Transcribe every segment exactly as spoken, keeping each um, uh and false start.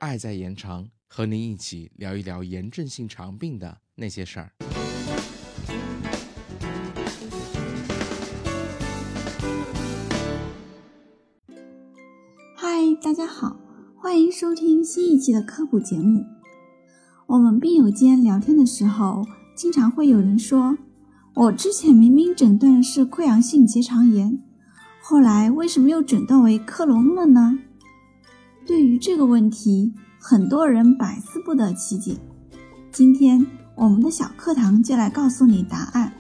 爱在延长，和您一起聊一聊炎症性肠病的那些事儿。 嗨，大家好，欢迎收听新一期的科普节目。我们病友间聊天的时候，经常会有人说，我之前明明诊断的是溃疡性结肠炎，后来为什么又诊断为克罗恩了呢？对于这个问题，很多人百思不得其解。今天我们的小课堂就来告诉你答案。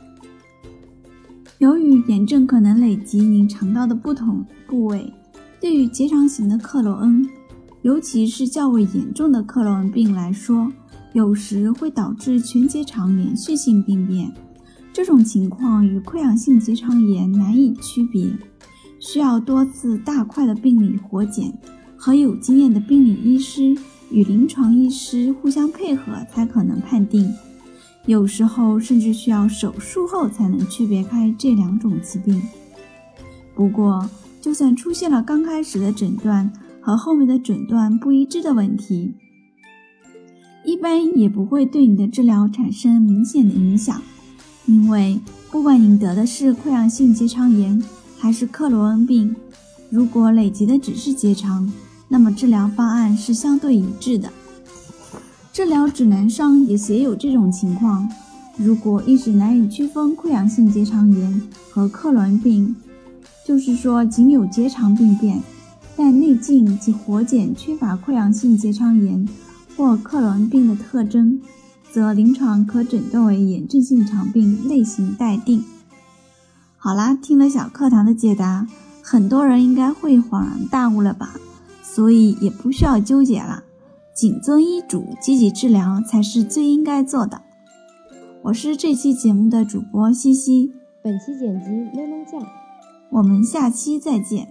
由于炎症可能累积您肠道的不同部位，对于结肠型的克罗恩，尤其是较为严重的克罗恩病来说，有时会导致全结肠连续性病变。这种情况与溃疡性结肠炎难以区别，需要多次大块的病理活检和有经验的病理医师与临床医师互相配合才可能判定，有时候甚至需要手术后才能区别开这两种疾病。不过，就算出现了刚开始的诊断和后面的诊断不一致的问题，一般也不会对你的治疗产生明显的影响，因为不管您得的是溃疡性结肠炎还是克罗恩病，如果累积的只是结肠，那么治疗方案是相对一致的。治疗指南上也写有这种情况，如果一时难以区分溃疡性结肠炎和克罗恩病，就是说仅有结肠病变，但内镜及活检缺乏溃疡性结肠炎或克罗恩病的特征，则临床可诊断为炎症性肠病类型待定。好啦，听了小课堂的解答，很多人应该会恍然大悟了吧，所以也不需要纠结了，谨遵医嘱，积极治疗才是最应该做的。我是这期节目的主播西西， 本期剪辑咩咩酱， 我们下期再见。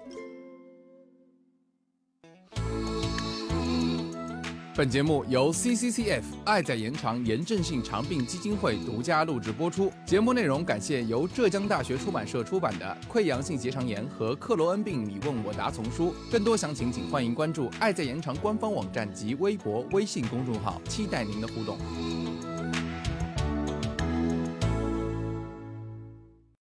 本节目由 C C C F 爱在延长炎症性肠病基金会独家录制播出。节目内容感谢由浙江大学出版社出版的《溃疡性结肠炎和克罗恩病你问我答》丛书。更多详情请欢迎关注爱在延长官方网站及微博、微信公众号，期待您的互动。